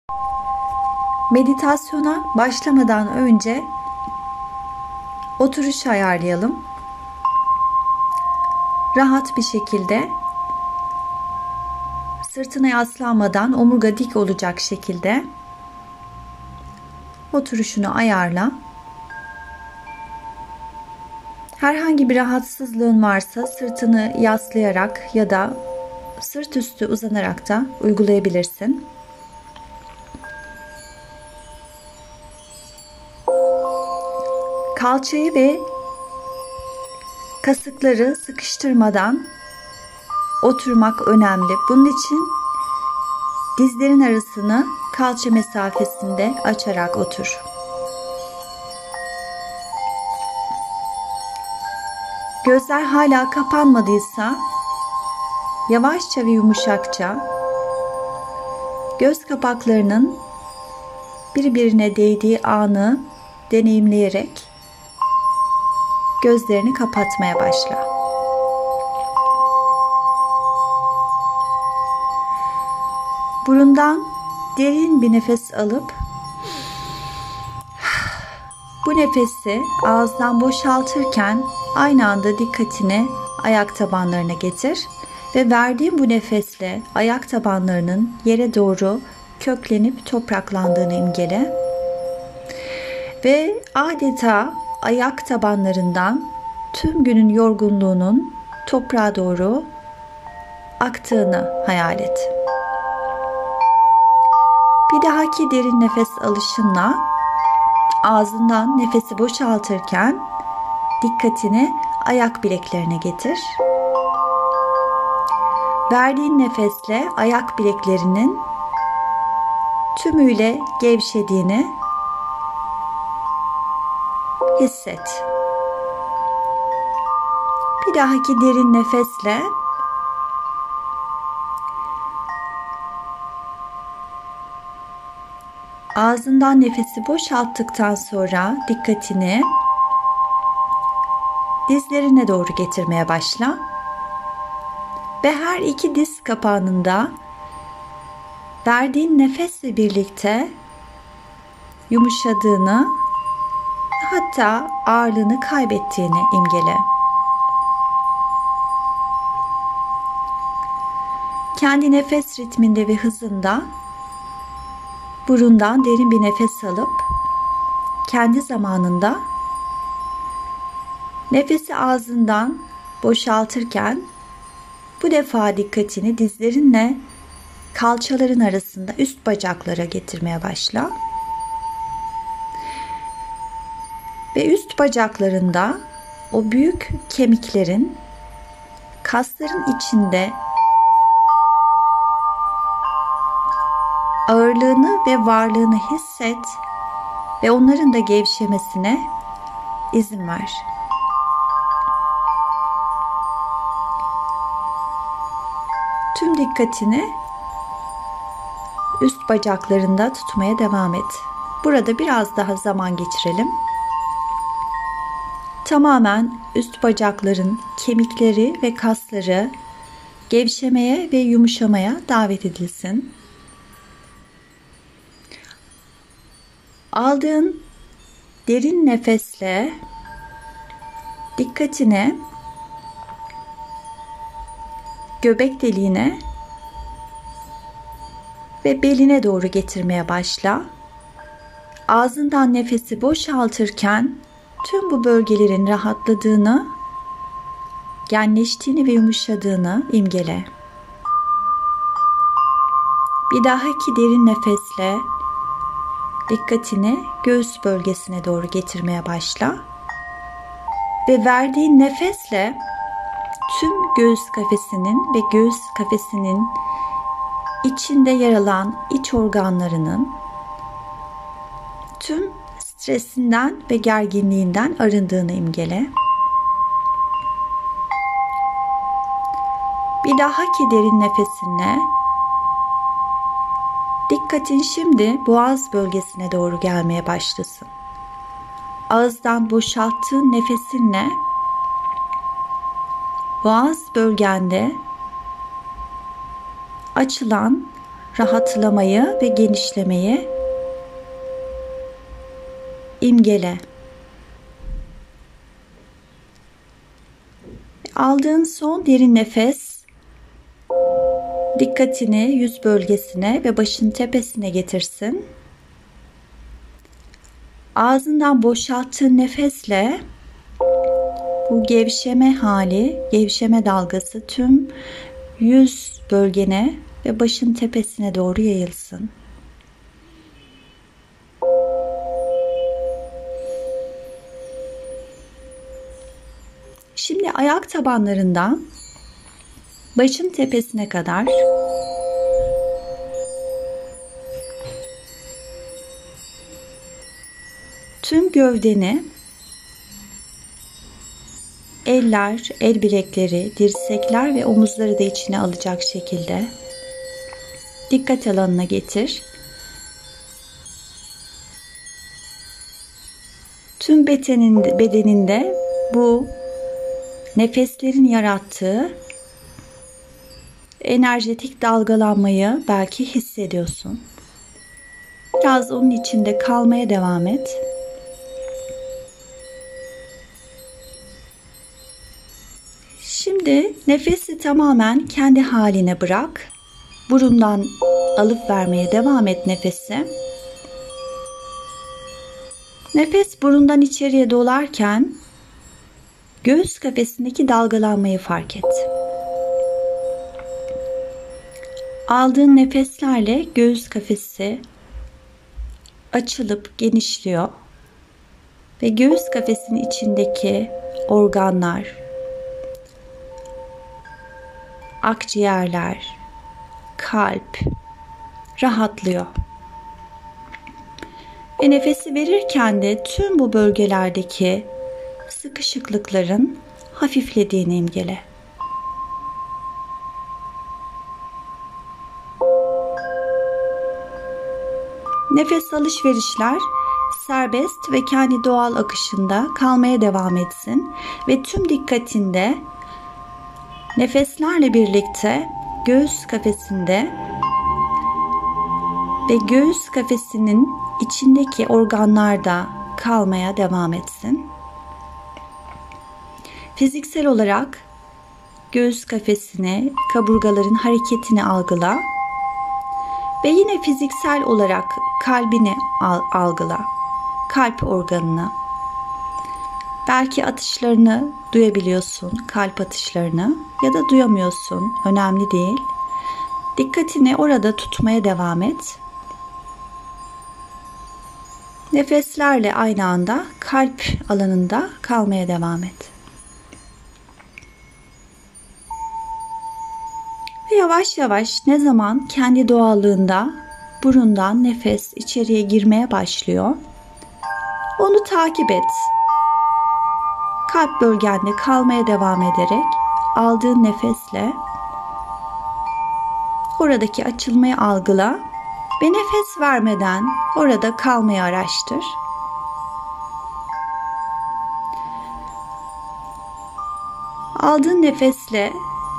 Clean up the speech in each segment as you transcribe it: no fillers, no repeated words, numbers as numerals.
Meditasyona başlamadan önce oturuş ayarlayalım. Rahat bir şekilde, sırtına yaslanmadan omurga dik olacak şekilde oturuşunu ayarla. Herhangi bir rahatsızlığın varsa sırtını yaslayarak ya da sırt üstü uzanarak da uygulayabilirsin. Kalçayı ve kasıkları sıkıştırmadan oturmak önemli. Bunun için dizlerin arasını kalça mesafesinde açarak otur. Gözler hala kapanmadıysa yavaşça ve yumuşakça göz kapaklarının birbirine değdiği anı deneyimleyerek gözlerini kapatmaya başla. Burundan derin bir nefes alıp bu nefesi ağızdan boşaltırken aynı anda dikkatini ayak tabanlarına getir ve verdiğin bu nefesle ayak tabanlarının yere doğru köklenip topraklandığını imgele ve adeta ayak tabanlarından tüm günün yorgunluğunun toprağa doğru aktığını hayal et. Bir dahaki derin nefes alışınla ağzından nefesi boşaltırken dikkatini ayak bileklerine getir. Verdiğin nefesle ayak bileklerinin tümüyle gevşediğini hisset. Bir dahaki derin nefesle ağzından nefesi boşalttıktan sonra dikkatini dizlerine doğru getirmeye başla. Ve her iki diz kapağında verdiğin nefesle birlikte yumuşadığını, hatta ağırlığını kaybettiğini imgele. Kendi nefes ritminde ve hızında burundan derin bir nefes alıp kendi zamanında nefesi ağzından boşaltırken bu defa dikkatini dizlerinle kalçaların arasında üst bacaklara getirmeye başla. Ve üst bacaklarında o büyük kemiklerin, kasların içinde ağırlığını ve varlığını hisset ve onların da gevşemesine izin ver. Tüm dikkatini üst bacaklarında tutmaya devam et. Burada biraz daha zaman geçirelim. Tamamen üst bacakların kemikleri ve kasları gevşemeye ve yumuşamaya davet edilsin. Aldığın derin nefesle dikkatini göbek deliğine ve beline doğru getirmeye başla. Ağzından nefesi boşaltırken tüm bu bölgelerin rahatladığını, genleştiğini ve yumuşadığını imgele. Bir dahaki derin nefesle dikkatini göğüs bölgesine doğru getirmeye başla. Ve verdiğin nefesle tüm göğüs kafesinin ve göğüs kafesinin içinde yer alan iç organlarının tüm stresinden ve gerginliğinden arındığını imgele. Bir dahaki derin nefesinle dikkatin şimdi boğaz bölgesine doğru gelmeye başlasın. Ağızdan boşalttığın nefesinle boğaz bölgende açılan rahatlamayı ve genişlemeyi imgele. Aldığın son derin nefes dikkatini yüz bölgesine ve başın tepesine getirsin. Ağzından boşalttığın nefesle bu gevşeme hali, gevşeme dalgası tüm yüz bölgene ve başın tepesine doğru yayılsın. Şimdi ayak tabanlarından başın tepesine kadar tüm gövdeni, eller, el bilekleri, dirsekler ve omuzları da içine alacak şekilde dikkat alanına getir. Tüm bedeninde bu nefeslerin yarattığı enerjetik dalgalanmayı belki hissediyorsun. Biraz onun içinde kalmaya devam et. Şimdi nefesi tamamen kendi haline bırak. Burundan alıp vermeye devam et nefesi. Nefes burundan içeriye dolarken göğüs kafesindeki dalgalanmayı fark et. Aldığın nefeslerle göğüs kafesi açılıp genişliyor ve göğüs kafesinin içindeki organlar, akciğerler, kalp rahatlıyor. Ve nefesi verirken de tüm bu bölgelerdeki sıkışıklıkların hafiflediğini imgele. Nefes alışverişler serbest ve kendi doğal akışında kalmaya devam etsin ve tüm dikkatinde nefeslerle birlikte göğüs kafesinde ve göğüs kafesinin içindeki organlarda kalmaya devam etsin. Fiziksel olarak göğüs kafesini, kaburgaların hareketini algıla ve yine fiziksel olarak kalbini algıla, kalp organını. Belki atışlarını duyabiliyorsun, kalp atışlarını ya da duyamıyorsun, önemli değil. Dikkatini orada tutmaya devam et. Nefeslerle aynı anda kalp alanında kalmaya devam et. Ve yavaş yavaş ne zaman kendi doğallığında burundan nefes içeriye girmeye başlıyor, onu takip et. Kalp bölgende kalmaya devam ederek aldığın nefesle oradaki açılmayı algıla ve nefes vermeden orada kalmayı araştır. Aldığın nefesle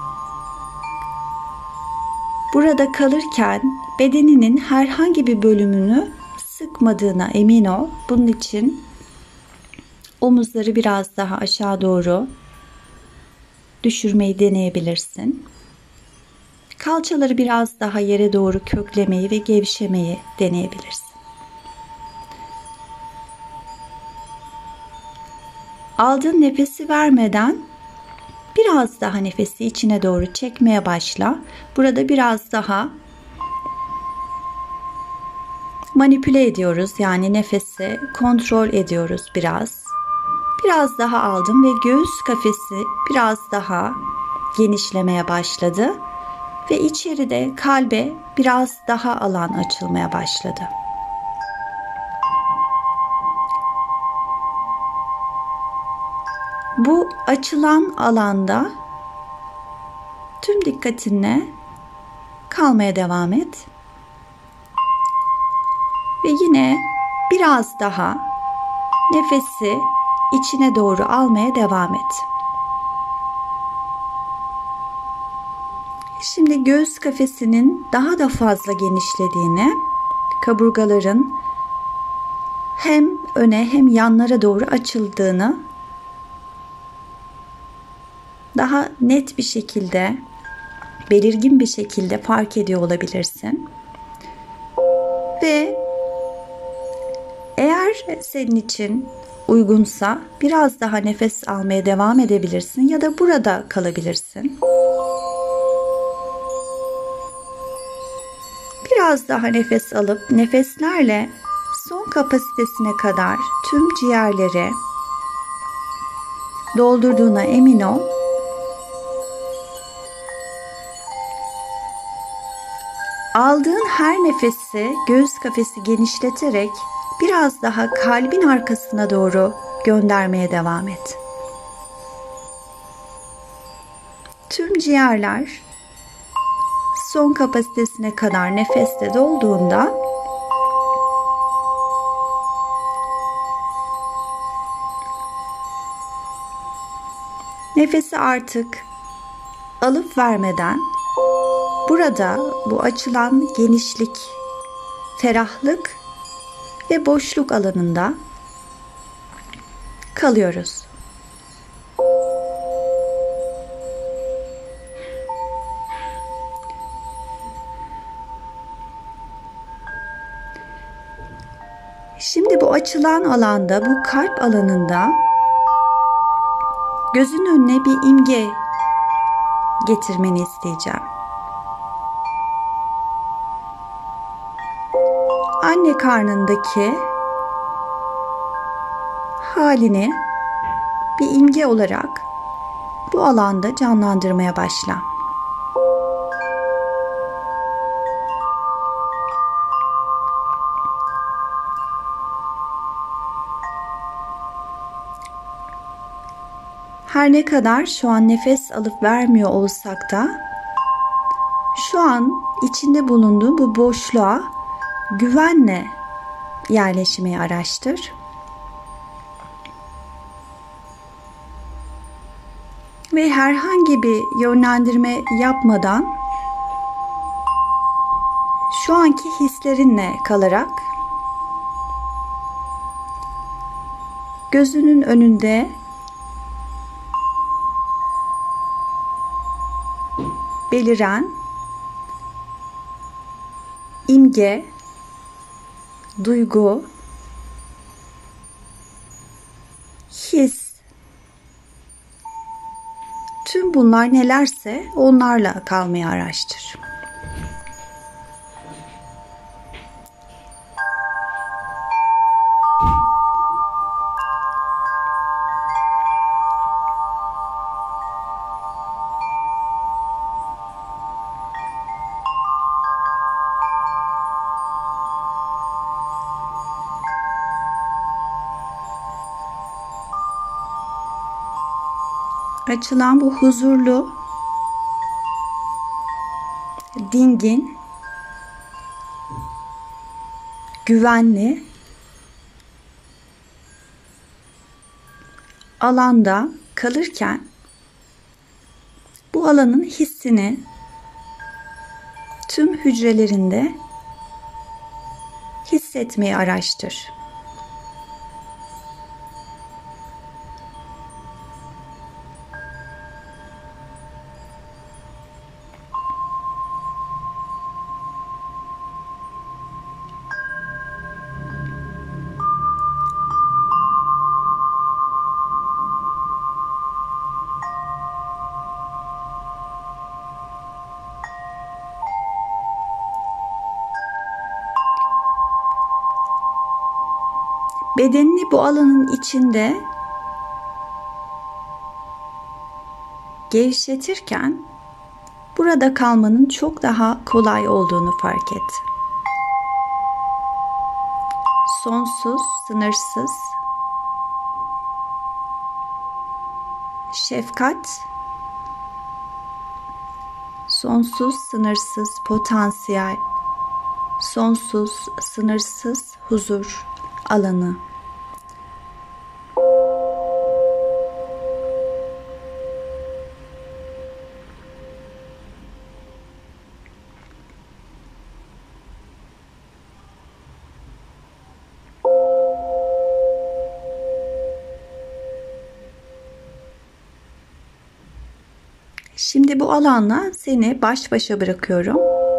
burada kalırken bedeninin herhangi bir bölümünü sıkmadığına emin ol. Bunun için omuzları biraz daha aşağı doğru düşürmeyi deneyebilirsin. Kalçaları biraz daha yere doğru köklemeyi ve gevşemeyi deneyebilirsin. Aldığın nefesi vermeden biraz daha nefesi içine doğru çekmeye başla. Burada biraz daha manipüle ediyoruz. Yani nefesi kontrol ediyoruz biraz. Biraz daha aldım ve göğüs kafesi biraz daha genişlemeye başladı. Ve içeride kalbe biraz daha alan açılmaya başladı. Bu açılan alanda tüm dikkatinle kalmaya devam et. Ve yine biraz daha nefesi içine doğru almaya devam et. Şimdi göğüs kafesinin daha da fazla genişlediğini, kaburgaların hem öne hem yanlara doğru açıldığını daha net bir şekilde, belirgin bir şekilde fark ediyor olabilirsin. Ve eğer senin için uygunsa biraz daha nefes almaya devam edebilirsin ya da burada kalabilirsin. Biraz daha nefes alıp nefeslerle son kapasitesine kadar tüm ciğerleri doldurduğuna emin ol. Aldığın her nefesi göğüs kafesi genişleterek biraz daha kalbin arkasına doğru göndermeye devam et. Tüm ciğerler son kapasitesine kadar nefeste dolduğunda nefesi artık alıp vermeden burada bu açılan genişlik, ferahlık ve boşluk alanında kalıyoruz. Şimdi bu açılan alanda, bu kalp alanında gözün önüne bir imge getirmeni isteyeceğim. Anne karnındaki halini bir imge olarak bu alanda canlandırmaya başla. Her ne kadar şu an nefes alıp vermiyor olsak da şu an içinde bulunduğun bu boşluğa güvenle yerleşmeyi araştır. Ve herhangi bir yönlendirme yapmadan şu anki hislerinle kalarak gözünün önünde beliren imge, duygu, his, tüm bunlar nelerse onlarla kalmayı araştır. Açılan bu huzurlu, dingin, güvenli alanda kalırken bu alanın hissini tüm hücrelerinde hissetmeyi araştır. Bedenini bu alanın içinde gevşetirken burada kalmanın çok daha kolay olduğunu fark et. Sonsuz, sınırsız şefkat, sonsuz, sınırsız potansiyel, sonsuz, sınırsız huzur alanı. Şimdi bu alanla seni baş başa bırakıyorum.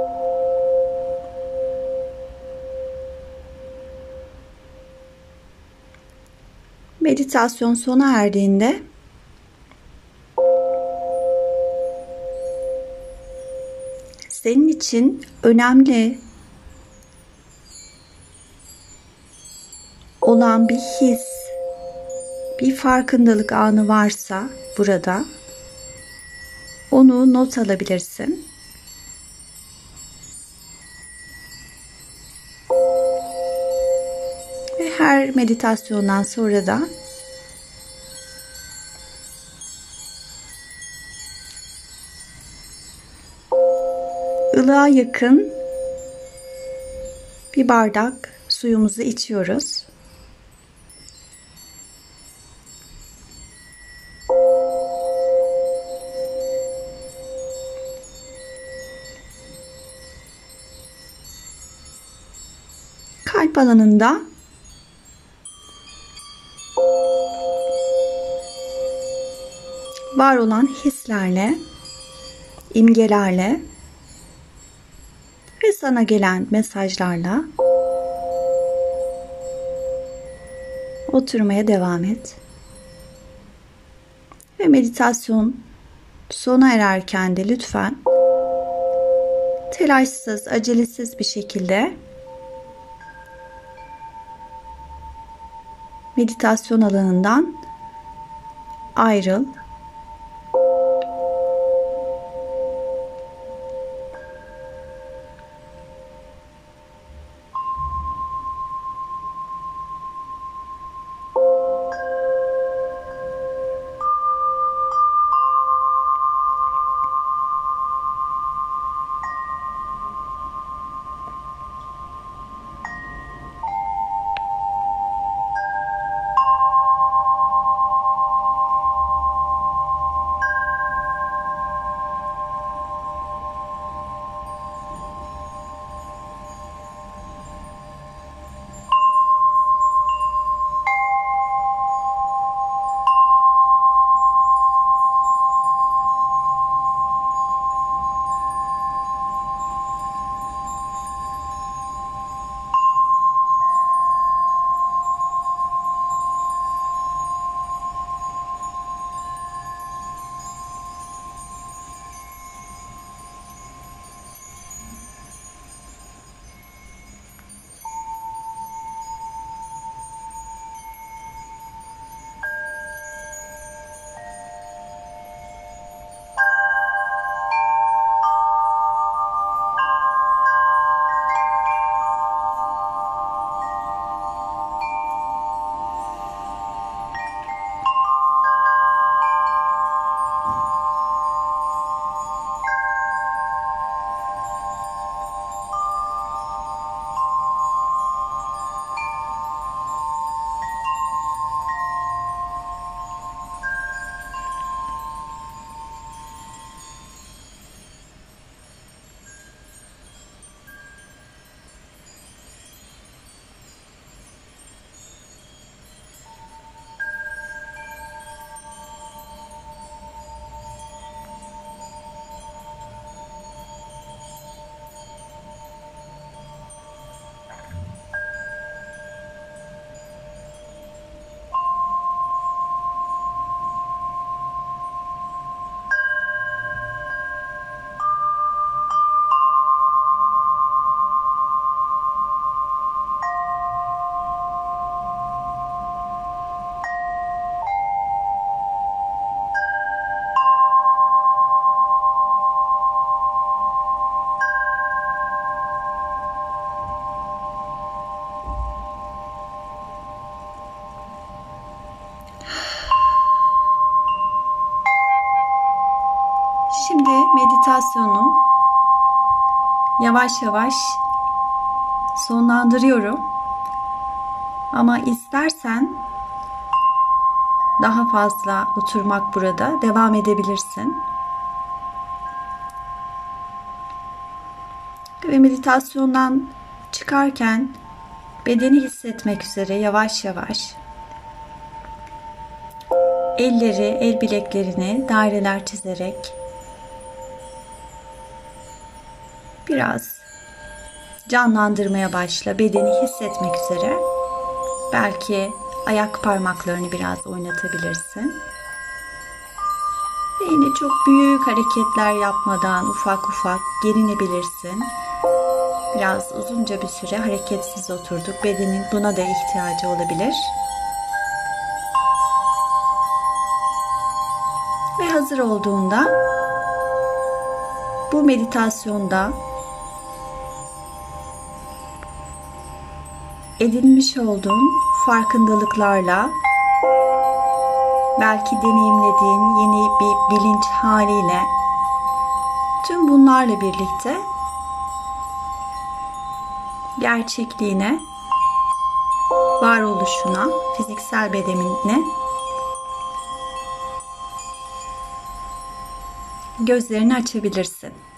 Meditasyon sona erdiğinde senin için önemli olan bir his, bir farkındalık anı varsa burada onu not alabilirsin. Ve her meditasyondan sonra da ılığa yakın bir bardak suyumuzu içiyoruz. Kalp alanında var olan hislerle, imgelerle ve sana gelen mesajlarla oturmaya devam et. Ve meditasyon sona ererken de lütfen telaşsız, acelesiz bir şekilde meditasyon alanından ayrıl. Şimdi meditasyonu yavaş yavaş sonlandırıyorum. Ama istersen daha fazla oturmak burada devam edebilirsin. Ve meditasyondan çıkarken bedeni hissetmek üzere yavaş yavaş elleri, el bileklerini daireler çizerek biraz canlandırmaya başla. Bedeni hissetmek üzere. Belki ayak parmaklarını biraz oynatabilirsin. Ve yine çok büyük hareketler yapmadan ufak ufak gerinebilirsin. Biraz uzunca bir süre hareketsiz oturduk. Bedenin buna da ihtiyacı olabilir. Ve hazır olduğunda bu meditasyonda edinmiş olduğun farkındalıklarla, belki deneyimlediğin yeni bir bilinç haliyle, tüm bunlarla birlikte gerçekliğine, varoluşuna, fiziksel bedenine gözlerini açabilirsin.